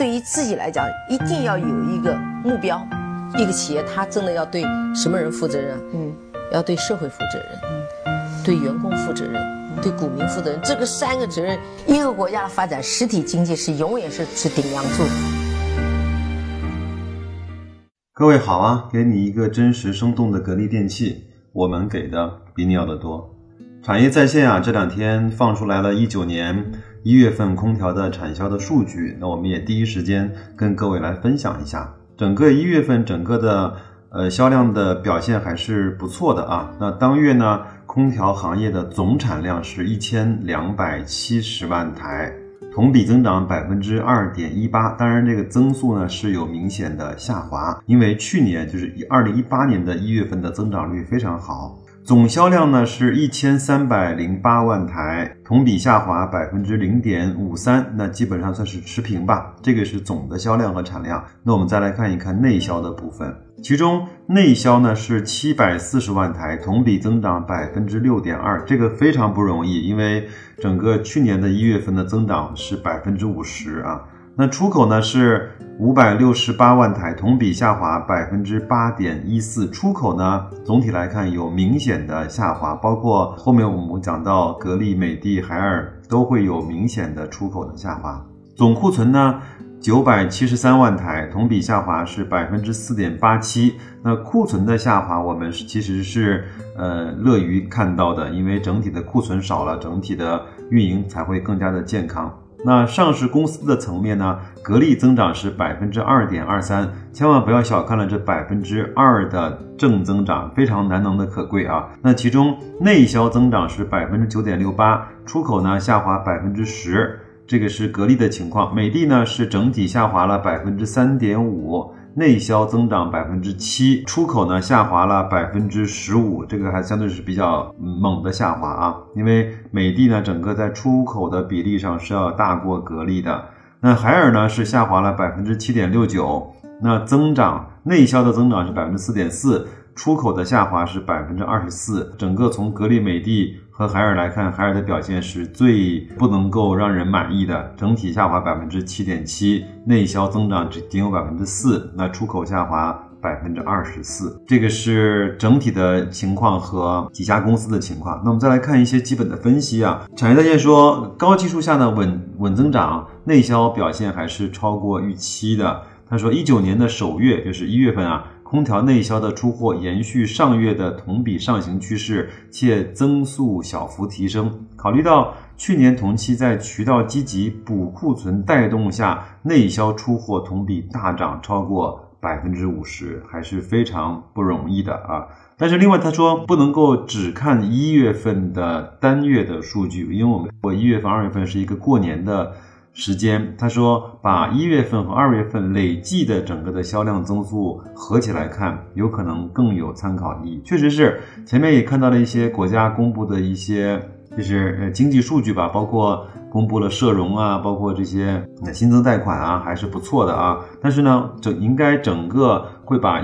对于自己来讲，一定要有一个目标。一个企业它真的要对什么人负责任？要对社会负责任，对员工负责任，对股民负责任。这个3个责任，一个国家的发展，实体经济是永远是顶梁柱。 各位好啊，给你一个真实生动的格力电器，我们给的比你要的多。产业在线啊，这2天放出来了19年1月份空调的产销的数据，那我们也第一时间跟各位来分享一下。整个1月份整个的销量的表现还是不错的啊。那当月呢，空调行业的总产量是1270万台，同比增长 2.18%， 当然这个增速呢是有明显的下滑，因为去年就是2018年的1月份的增长率非常好。总销量呢是1308万台，同比下滑 0.53%， 那基本上算是持平吧。这个是总的销量和产量。那我们再来看一看内销的部分，其中内销呢是740万台，同比增长 6.2%， 这个非常不容易，因为整个去年的1月份的增长是 50% 啊。那出口呢是568万台，同比下滑 8.14%。出口呢总体来看有明显的下滑，包括后面我们讲到格力、美的、海尔都会有明显的出口的下滑。总库存呢973万台，同比下滑是 4.87%。那库存的下滑我们其实是乐于看到的，因为整体的库存少了，整体的运营才会更加的健康。那上市公司的层面呢，格力增长是 2.23%， 千万不要小看了这 2% 的正增长，非常难能的可贵啊。那其中内销增长是 9.68%， 出口呢下滑 10%， 这个是格力的情况。美的呢是整体下滑了 3.5%，内销增长 7%， 出口呢下滑了 15%， 这个还相对是比较猛的下滑啊，因为美的呢整个在出口的比例上是要大过格力的。那海尔呢是下滑了 7.69%， 那增长内销的增长是 4.4%， 出口的下滑是 24%。 整个从格力、美的和海尔来看，海尔的表现是最不能够让人满意的，整体下滑 7.7%， 内销增长仅有 4%， 那出口下滑 24%， 这个是整体的情况和几家公司的情况。那我们再来看一些基本的分析啊。产业在线说高基数下的稳增长，内销表现还是超过预期的。他说19年的首月就是1月份啊，空调内销的出货延续上月的同比上行趋势，且增速小幅提升。考虑到去年同期在渠道积极补库存带动下，内销出货同比大涨超过 50%， 还是非常不容易的啊。但是另外他说不能够只看1月份的单月的数据，因为我1月份、2月份是一个过年的时间，他说把1月份和2月份累计的整个的销量增速合起来看，有可能更有参考意义。确实是前面也看到了一些国家公布的一些就是经济数据吧，包括公布了社融啊，包括这些新增贷款啊，还是不错的啊。但是呢应该整个会把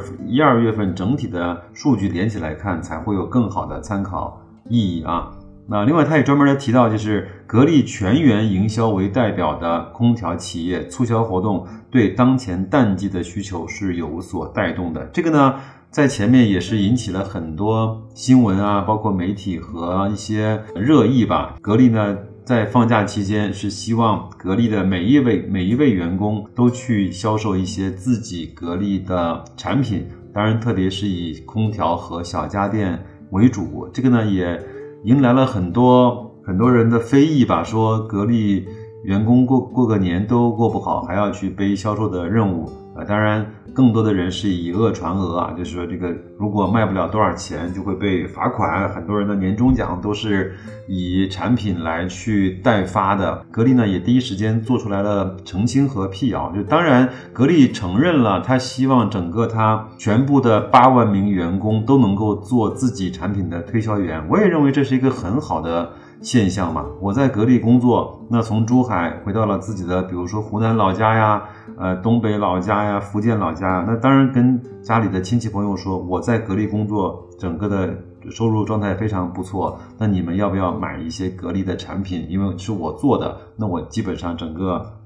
1、2月份整体的数据连起来看，才会有更好的参考意义啊。那另外他也专门的提到，就是格力全员营销为代表的空调企业促销活动对当前淡季的需求是有所带动的。这个呢在前面也是引起了很多新闻啊，包括媒体和一些热议吧。格力呢在放假期间是希望格力的每一位员工都去销售一些自己格力的产品，当然特别是以空调和小家电为主。这个呢也迎来了很多人的非议吧，说格力员工过个年都过不好，还要去背销售的任务。当然更多的人是以讹传讹啊，就是说这个如果卖不了多少钱就会被罚款，很多人的年终奖都是以产品来去代发的。格力呢也第一时间做出来了澄清和辟谣，就当然格力承认了，他希望整个他全部的8万名员工都能够做自己产品的推销员。我也认为这是一个很好的现象嘛。我在格力工作，那从珠海回到了自己的比如说湖南老家呀，东北老家呀，福建老家，那当然跟家里的亲戚朋友说我在格力工作，整个的收入状态非常不错，那你们要不要买一些格力的产品，因为是我做的，那我基本上整个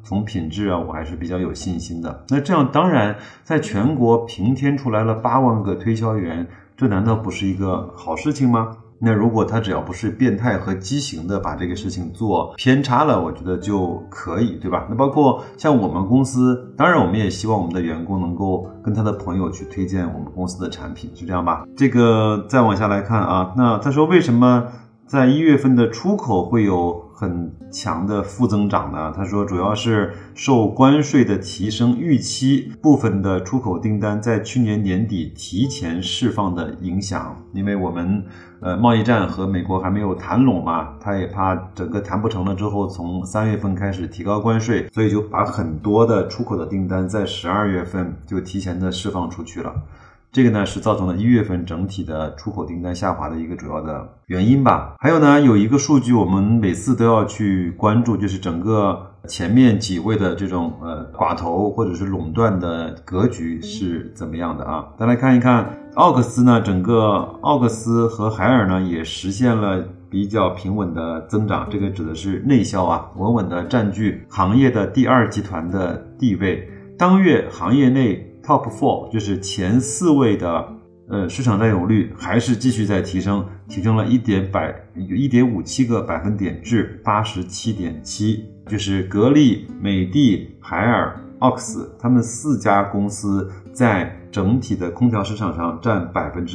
从品质啊，我还是比较有信心的。那这样当然在全国平添出来了8万个推销员，这难道不是一个好事情吗？那如果他只要不是变态和畸形的把这个事情做偏差了，我觉得就可以，对吧？那包括像我们公司，当然我们也希望我们的员工能够跟他的朋友去推荐我们公司的产品，是这样吧？这个再往下来看啊，那他说为什么在1月份的出口会有很强的负增长呢？他说主要是受关税的提升预期，部分的出口订单在去年年底提前释放的影响。因为我们贸易战和美国还没有谈拢嘛，他也怕整个谈不成了之后从3月份开始提高关税，所以就把很多的出口的订单在12月份就提前的释放出去了。这个呢是造成了1月份整体的出口订单下滑的一个主要的原因吧。还有呢，有一个数据我们每次都要去关注，就是整个前面几位的这种寡头或者是垄断的格局是怎么样的啊。再来看一看奥克斯呢，整个奥克斯和海尔呢也实现了比较平稳的增长，这个指的是内销啊，稳稳的占据行业的第2集团的地位。当月行业内Top 4就是前4位的市场占有率还是继续在提升，提升了1.57个百分点至 87.7%， 就是格力、美的、海尔、奥克斯他们4家公司在整体的空调市场上占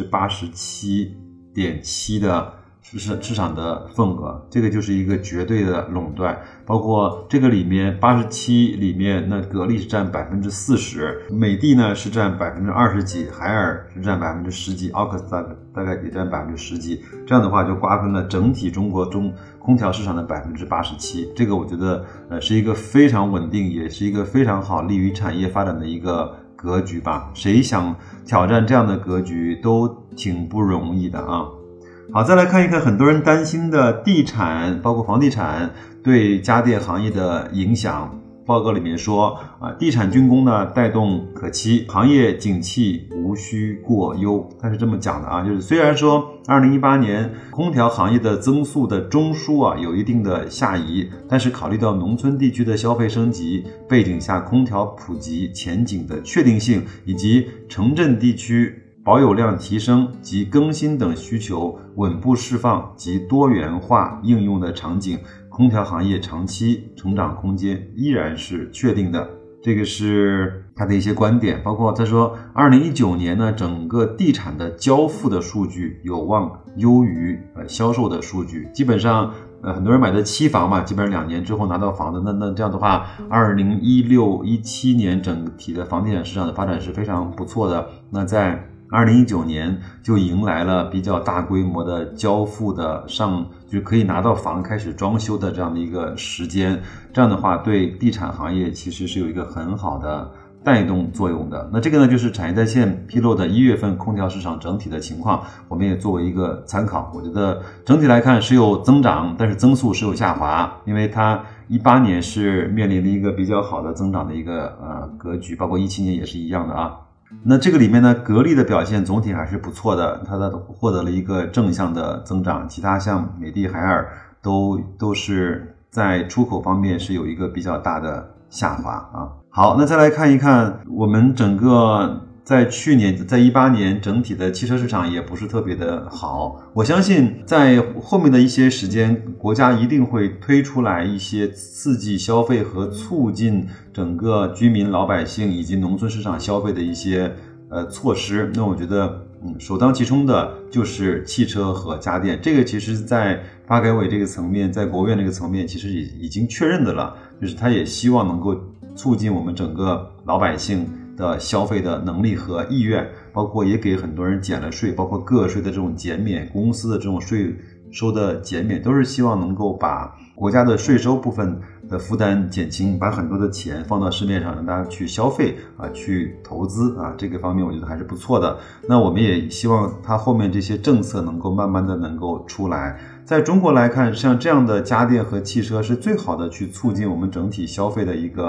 87.7% 的市场的份额，这个就是一个绝对的垄断。包括这个里面87里面，那格力是占 40%， 美的呢是占 20几%， 海尔是占 10几%， 奥克斯大概也占 10几%，这样的话就瓜分了整体中国空调市场的 87%， 这个我觉得是一个非常稳定，也是一个非常好利于产业发展的一个格局吧。谁想挑战这样的格局都挺不容易的啊。好，再来看一看很多人担心的地产，包括房地产对家电行业的影响。报告里面说地产军工呢带动可期，行业景气无需过忧。他是这么讲的啊，就是虽然说2018年空调行业的增速的中枢有一定的下移，但是考虑到农村地区的消费升级背景下，空调普及前景的确定性，以及城镇地区保有量提升及更新等需求稳步释放及多元化应用的场景，空调行业长期成长空间依然是确定的。这个是他的一些观点，包括他说2019年呢，整个地产的交付的数据有望优于销售的数据。基本上很多人买的期房嘛，基本上2年之后拿到房子，那这样的话2016、17年整体的房地产市场的发展是非常不错的。那在2019年就迎来了比较大规模的交付的就可以拿到房开始装修的这样的一个时间，这样的话对地产行业其实是有一个很好的带动作用的。那这个呢就是产业在线披露的1月份空调市场整体的情况，我们也作为一个参考。我觉得整体来看是有增长，但是增速是有下滑，因为它18年是面临了一个比较好的增长的一个格局，包括17年也是一样的啊。那这个里面呢，格力的表现总体还是不错的，它获得了一个正向的增长，其他像美的、海尔都是在出口方面是有一个比较大的下滑啊。好，那再来看一看我们整个在去年在18年整体的汽车市场也不是特别的好，我相信在后面的一些时间，国家一定会推出来一些刺激消费和促进整个居民老百姓以及农村市场消费的一些措施。那我觉得首当其冲的就是汽车和家电，这个其实在发改委这个层面，在国务院这个层面其实已经确认的了，就是他也希望能够促进我们整个老百姓的消费的能力和意愿，包括也给很多人减了税，包括个税的这种减免，公司的这种税收的减免，都是希望能够把国家的税收部分的负担减轻，把很多的钱放到市面上，让大家去消费去投资这个方面我觉得还是不错的。那我们也希望它后面这些政策能够慢慢的能够出来。在中国来看，像这样的家电和汽车是最好的去促进我们整体消费的一个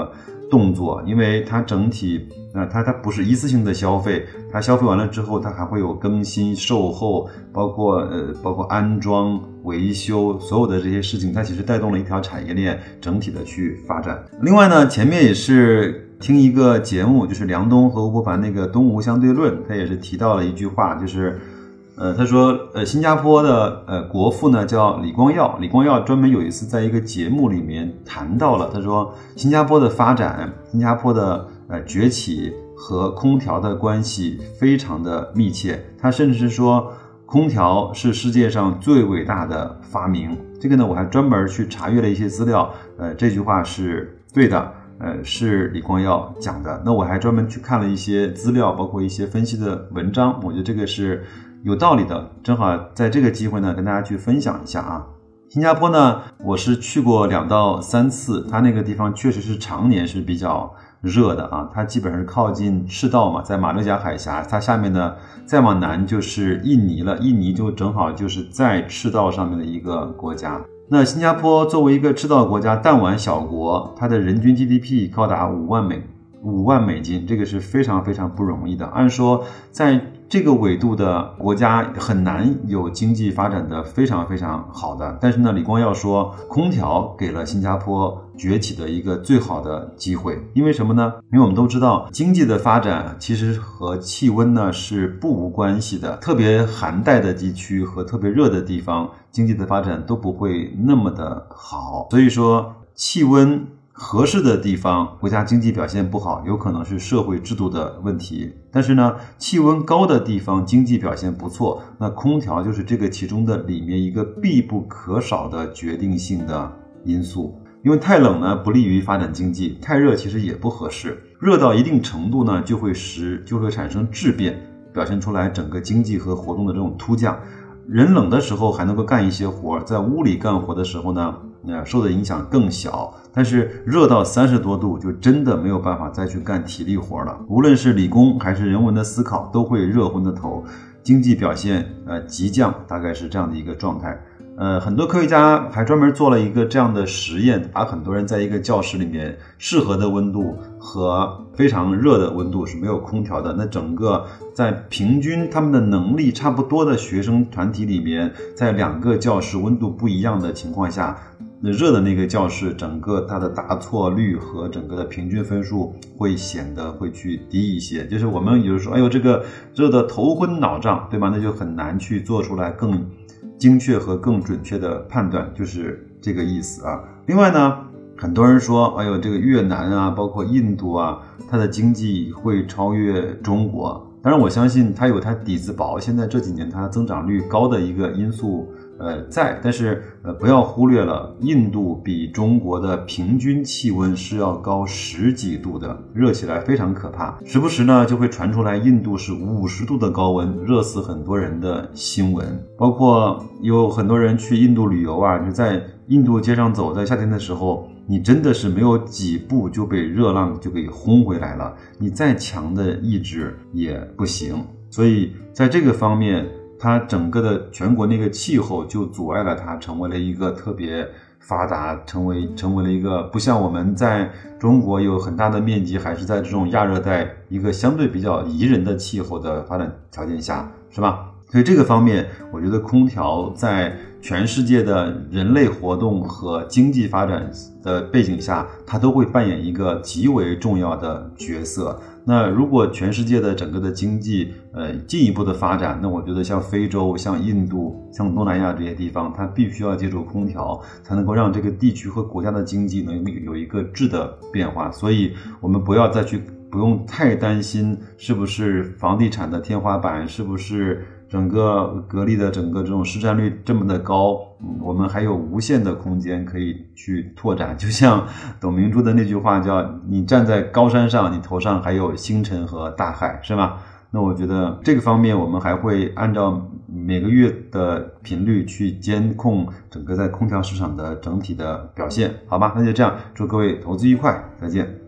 动作，因为它整体它不是一次性的消费，它消费完了之后，它还会有更新、售后，包括安装、维修，所有的这些事情，它其实带动了一条产业链整体的去发展。另外呢，前面也是听一个节目，就是梁冬和吴伯凡那个东吴相对论，他也是提到了一句话，就是他说新加坡的国父呢叫李光耀，李光耀专门有一次在一个节目里面谈到了，他说新加坡的发展，新加坡的崛起和空调的关系非常的密切，他甚至是说空调是世界上最伟大的发明。这个呢我还专门去查阅了一些资料，这句话是对的，是李光耀讲的。那我还专门去看了一些资料，包括一些分析的文章，我觉得这个是有道理的，正好在这个机会呢跟大家去分享一下啊。新加坡呢我是去过2到3次，它那个地方确实是常年是比较热的啊，它基本上是靠近赤道嘛，在马六甲海峡，它下面呢再往南就是印尼了，印尼就正好就是在赤道上面的一个国家。那新加坡作为一个赤道国家，弹丸小国，它的人均 GDP 高达5万美金，这个是非常非常不容易的。按说在这个纬度的国家很难有经济发展的非常非常好的，但是呢，李光耀说空调给了新加坡崛起的一个最好的机会。因为什么呢？因为我们都知道经济的发展其实和气温呢是不无关系的，特别寒带的地区和特别热的地方经济的发展都不会那么的好，所以说气温合适的地方国家经济表现不好，有可能是社会制度的问题，但是呢气温高的地方经济表现不错，那空调就是这个其中的里面一个必不可少的决定性的因素。因为太冷呢不利于发展经济，太热其实也不合适，热到一定程度呢就会产生质变，表现出来整个经济和活动的这种突降。人冷的时候还能够干一些活，在屋里干活的时候呢受的影响更小，但是热到30多度就真的没有办法再去干体力活了，无论是理工还是人文的思考都会热昏的头，经济表现急降，大概是这样的一个状态。很多科学家还专门做了一个这样的实验，把很多人在一个教室里面，适合的温度和非常热的温度是没有空调的，那整个在平均他们的能力差不多的学生团体里面，在2个教室温度不一样的情况下，那热的那个教室整个它的答错率和整个的平均分数会显得会去低一些，就是我们有时说哎呦这个热的头昏脑胀，对吧？那就很难去做出来更精确和更准确的判断，就是这个意思啊。另外呢，很多人说哎呦这个越南啊包括印度啊，它的经济会超越中国，当然我相信它有它底子薄，现在这几年它增长率高的一个因素但是不要忽略了印度比中国的平均气温是要高10几度的，热起来非常可怕，时不时呢就会传出来印度是50度的高温，热死很多人的新闻。包括有很多人去印度旅游啊，就在印度街上走，在夏天的时候你真的是没有几步就被热浪就给轰回来了，你再强的意志也不行。所以在这个方面它整个的全国那个气候就阻碍了它成为了一个特别发达，成为了一个不像我们在中国有很大的面积还是在这种亚热带一个相对比较宜人的气候的发展条件下，是吧？所以这个方面我觉得空调在全世界的人类活动和经济发展的背景下，它都会扮演一个极为重要的角色。那如果全世界的整个的经济进一步的发展，那我觉得像非洲、像印度、像东南亚这些地方，它必须要借助空调才能够让这个地区和国家的经济能有一个质的变化。所以我们不用太担心是不是房地产的天花板，是不是整个格力的整个这种市占率这么的高，我们还有无限的空间可以去拓展。就像董明珠的那句话叫你站在高山上，你头上还有星辰和大海，是吧？那我觉得这个方面我们还会按照每个月的频率去监控整个在空调市场的整体的表现，好吧？那就这样，祝各位投资愉快，再见。